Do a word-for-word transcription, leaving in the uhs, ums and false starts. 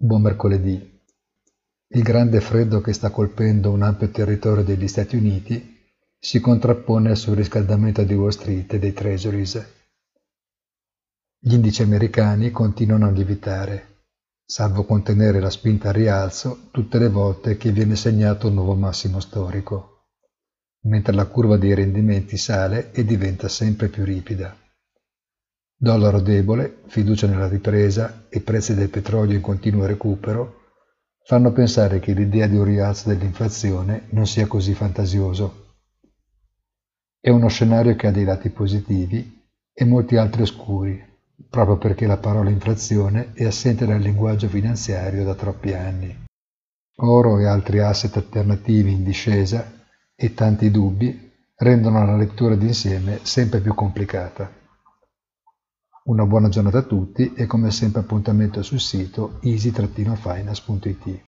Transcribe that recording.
Buon mercoledì. Il grande freddo che sta colpendo un ampio territorio degli Stati Uniti si contrappone al surriscaldamento di Wall Street e dei Treasuries. Gli indici americani continuano a lievitare, salvo contenere la spinta al rialzo tutte le volte che viene segnato un nuovo massimo storico, mentre la curva dei rendimenti sale e diventa sempre più ripida. Dollaro debole, fiducia nella ripresa e prezzi del petrolio in continuo recupero fanno pensare che l'idea di un rialzo dell'inflazione non sia così fantasioso. È uno scenario che ha dei lati positivi e molti altri oscuri, proprio perché la parola inflazione è assente dal linguaggio finanziario da troppi anni. Oro e altri asset alternativi in discesa e tanti dubbi rendono la lettura d'insieme sempre più complicata. Una buona giornata a tutti e come sempre appuntamento sul sito easy finance punto it.